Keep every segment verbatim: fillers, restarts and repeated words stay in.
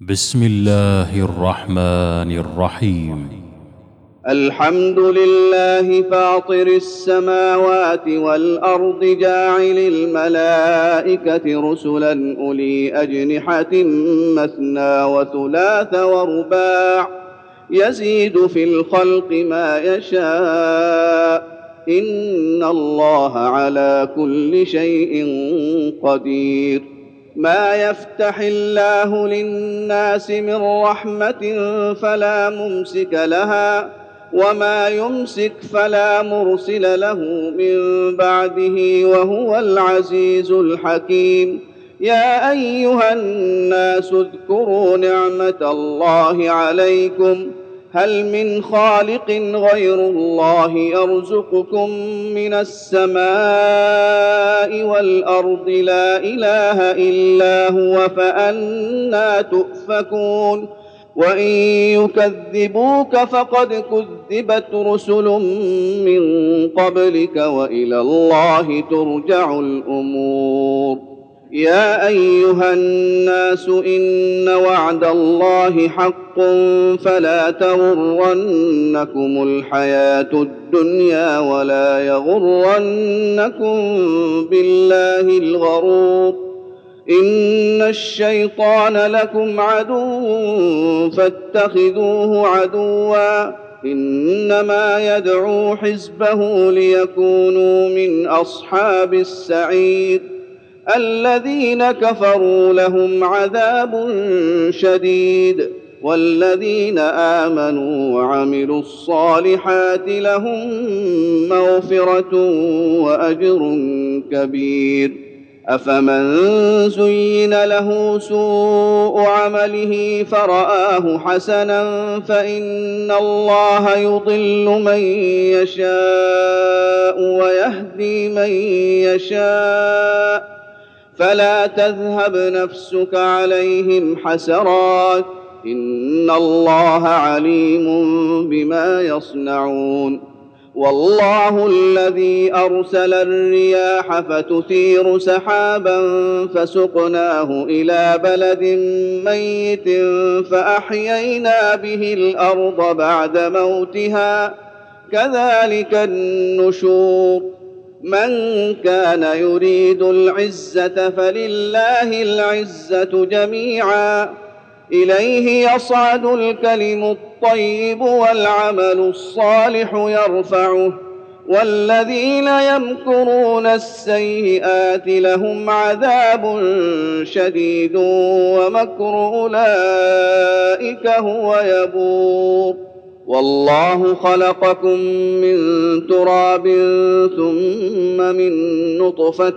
بسم الله الرحمن الرحيم. الحمد لله فاطر السماوات والأرض جاعل الملائكة رسلا أولي أجنحة مثنى وثلاث ورباع يزيد في الخلق ما يشاء إن الله على كل شيء قدير. ما يفتح الله للناس من رحمة فلا ممسك لها وما يمسك فلا مرسل له من بعده وهو العزيز الحكيم. يا أيها الناس اذكروا نعمة الله عليكم هل من خالق غير الله يرزقكم من السماء والأرض لا إله إلا هو فأنى تؤفكون. وإن يكذبوك فقد كذبت رسل من قبلك وإلى الله ترجع الأمور. يا أيها الناس إن وعد الله حق فلا تغرنكم الحياة الدنيا ولا يغرنكم بالله الغرور. إن الشيطان لكم عدو فاتخذوه عدوا إنما يدعو حزبه ليكونوا من أصحاب السعير. الذين كفروا لهم عذاب شديد والذين آمنوا وعملوا الصالحات لهم مغفرة وأجر كبير. أفمن زين له سوء عمله فرآه حسنا فإن الله يضل من يشاء ويهدي من يشاء فلا تذهب نفسك عليهم حسرات إن الله عليم بما يصنعون. والله الذي أرسل الرياح فتثير سحابا فسقناه إلى بلد ميت فأحيينا به الأرض بعد موتها كذلك النشور. من كان يريد العزة فلله العزة جميعا إليه يصعد الكلم الطيب والعمل الصالح يرفعه والذين يمكرون السيئات لهم عذاب شديد ومكر أولئك هو يبور. والله خلقكم من تراب ثم من نطفة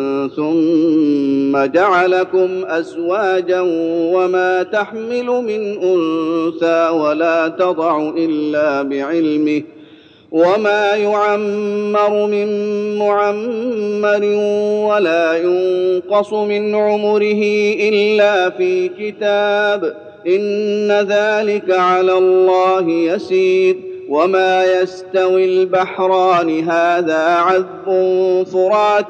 ثم جعلكم أزواجا وما تحمل من أنثى ولا تضع إلا بعلمه وما يعمر من معمر ولا ينقص من عمره إلا في كتاب إن ذلك على الله يسير. وما يستوي البحران هذا عذب فرات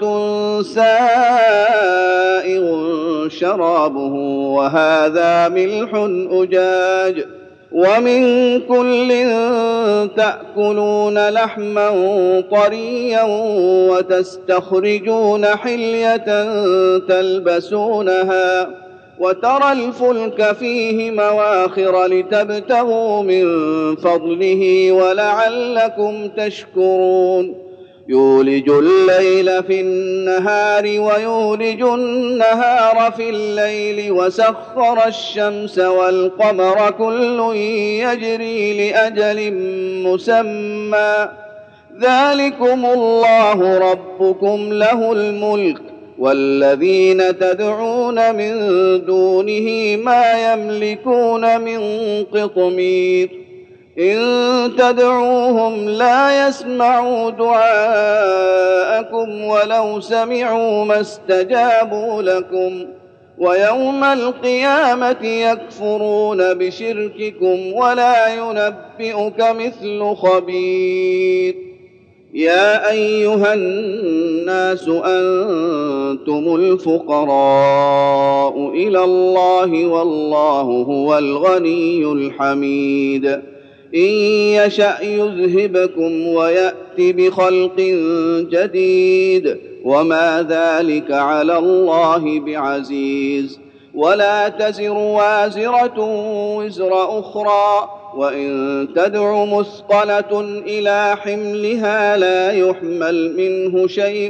سائغ شرابه وهذا ملح أجاج ومن كل تأكلون لحما طريا وتستخرجون حلية تلبسونها وترى الفلك فيه مواخر لتبتغوا من فضله ولعلكم تشكرون. يولج الليل في النهار ويولج النهار في الليل وسخر الشمس والقمر كل يجري لأجل مسمى ذلكم الله ربكم له الملك والذين تدعون من دونه ما يملكون من قطمير. إن تدعوهم لا يسمعوا دعاءكم ولو سمعوا ما استجابوا لكم ويوم القيامة يكفرون بشرككم ولا ينبئك مثل خبير. يا أيها الناس أنتم الفقراء إلى الله والله هو الغني الحميد إن يشأ يذهبكم ويأت بخلق جديد وما ذلك على الله بعزيز ولا تزر وازرة وزر أخرى وإن تدع مثقلة إلى حملها لا يحمل منه شيء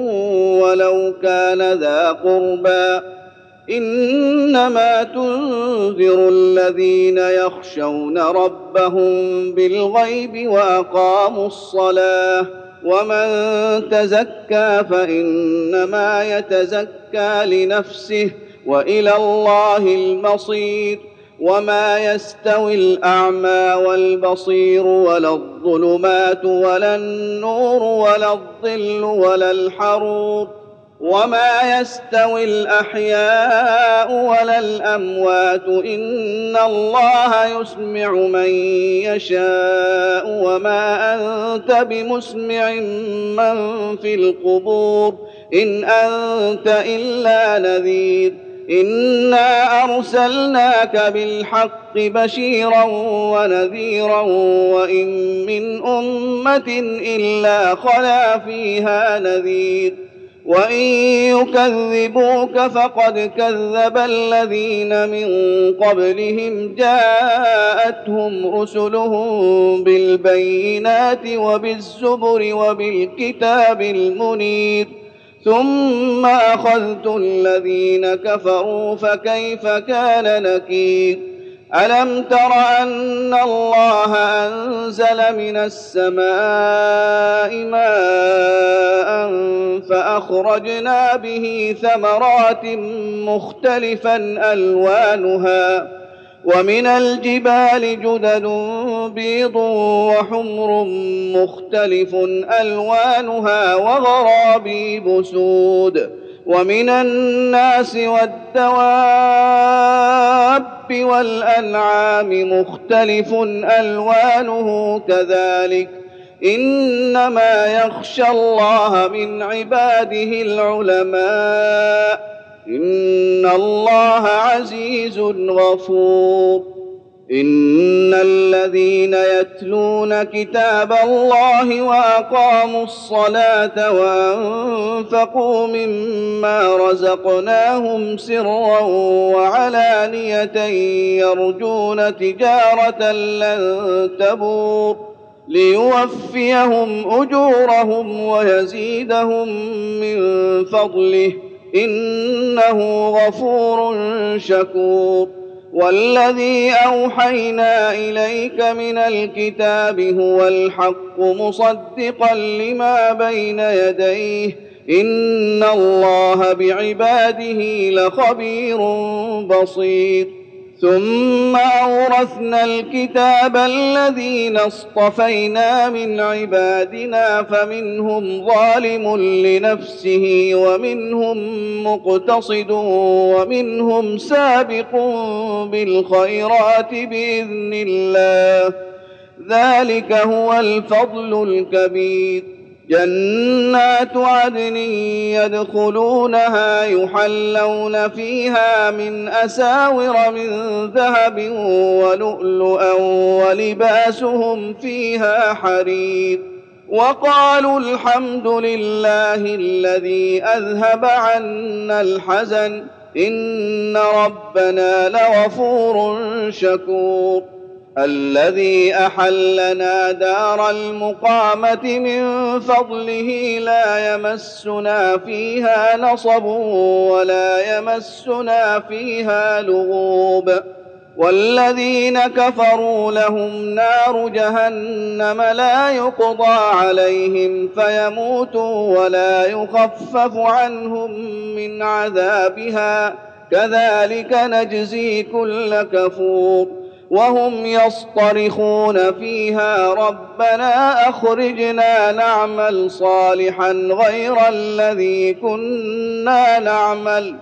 ولو كان ذا قربى إنما تنذر الذين يخشون ربهم بالغيب وأقاموا الصلاة ومن تزكى فإنما يتزكى لنفسه وإلى الله المصير وما يستوي الأعمى والبصير ولا الظلمات ولا النور ولا الظل ولا الحرور وما يستوي الأحياء ولا الأموات إن الله يسمع من يشاء وما أنت بمسمع من في القبور إن أنت إلا نذير إنا أرسلناك بالحق بشيرا ونذيرا وإن من أمة إلا خلا فيها نذير وإن يكذبوك فقد كذب الذين من قبلهم جاءتهم رسلهم بالبينات وبالزبر وبالكتاب المنير ثم أخذت الذين كفروا فكيف كان نكير ألم تر أن الله أنزل من السماء ماء فأخرجنا به ثمرات مختلفا ألوانها ومن الجبال جدد بيض وحمر مختلف ألوانها وغرابيب سود ومن الناس والدواب والأنعام مختلف ألوانه كذلك إنما يخشى الله من عباده العلماء إن الله عزيز غفور إن الذين يتلون كتاب الله وأقاموا الصلاة وأنفقوا مما رزقناهم سرا وعلانية يرجون تجارة لن تبور ليوفيهم أجورهم ويزيدهم من فضله إنه غفور شكور والذي أوحينا إليك من الكتاب هو الحق مصدقا لما بين يديه إن الله بعباده لخبير بصير ثم أورثنا الكتاب الذين اصطفينا من عبادنا فمنهم ظالم لنفسه ومنهم مقتصد ومنهم سابق بالخيرات بإذن الله ذلك هو الفضل الكبير جنات عدن يدخلونها يحلون فيها من أساور من ذهب ولؤلؤا ولباسهم فيها حرير وقالوا الحمد لله الذي أذهب عنا الحزن إن ربنا لغفور شكور الذي أحلنا دار المقامة من فضله لا يمسنا فيها نصب ولا يمسنا فيها لغوب والذين كفروا لهم نار جهنم لا يقضى عليهم فيموتوا ولا يخفف عنهم من عذابها كذلك نجزي كل كفور وهم يصطرخون فيها ربنا أخرجنا نعمل صالحا غير الذي كنا نعمل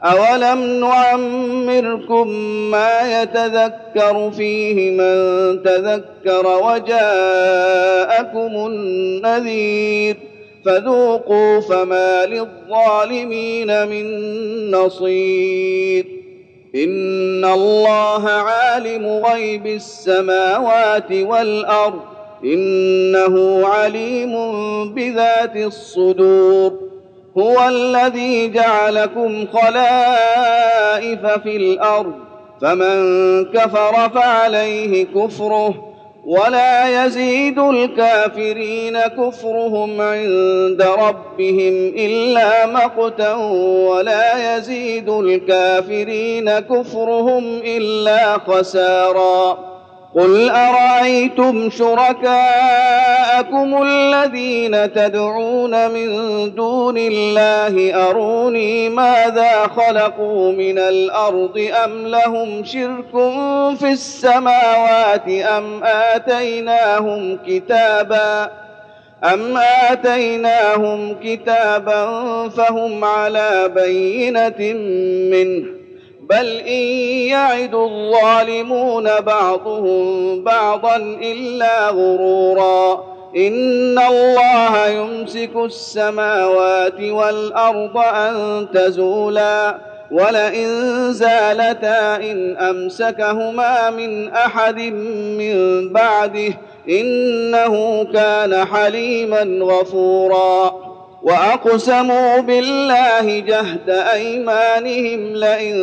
أولم نعمركم ما يتذكر فيه من تذكر وجاءكم النذير فذوقوا فما للظالمين من نصير إن الله عالم غيب السماوات والأرض إنه عليم بذات الصدور هو الذي جعلكم خلائف في الأرض فمن كفر فعليه كفره ولا يزيد الكافرين كفرهم عند ربهم إلا مقتا ولا يزيد الكافرين كفرهم إلا خسارا قل أرأيتم شركاءكم الذين تدعون من دون الله أروني ماذا خلقوا من الأرض أم لهم شرك في السماوات أم آتيناهم كتابا أم آتيناهم كتابا فهم على بينة منه بل إن يعد الظالمون بعضهم بعضا إلا غرورا إن الله يمسك السماوات والأرض أن تزولا ولئن زالتا إن أمسكهما من أحد من بعده إنه كان حليما غفورا وأقسموا بالله جهد أيمانهم لئن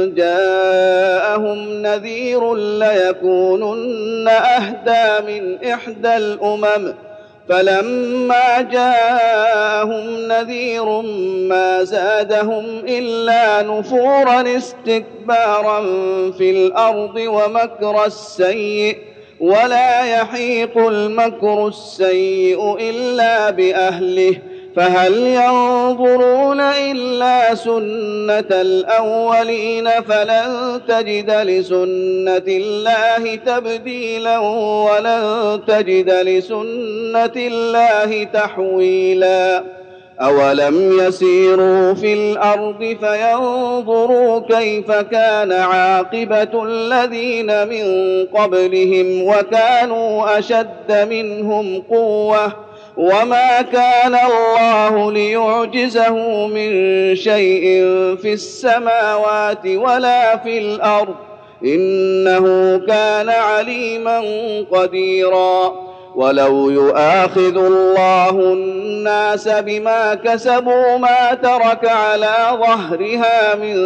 جاءهم نذير ليكونن أهدى من إحدى الأمم فلما جاءهم نذير ما زادهم إلا نفورا استكبارا في الأرض ومكر السيء ولا يحيق المكر السيء إلا بأهله فهل ينظرون إلا سنة الأولين فلن تجد لسنة الله تبديلا ولن تجد لسنة الله تحويلا أولم يسيروا في الأرض فينظروا كيف كان عاقبة الذين من قبلهم وكانوا أشد منهم قوة وما كان الله ليعجزه من شيء في السماوات ولا في الأرض إنه كان عليما قديرا ولو يؤاخذ الله الناس بما كسبوا ما ترك على ظهرها من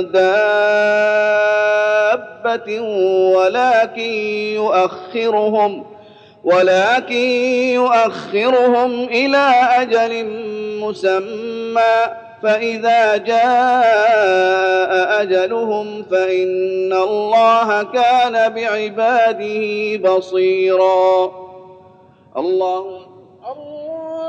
دابة ولكن يؤخرهم ولكن يؤخرهم إلى أجل مسمى فإذا جاء أجلهم فإن الله كان بعباده بصيرا الله الله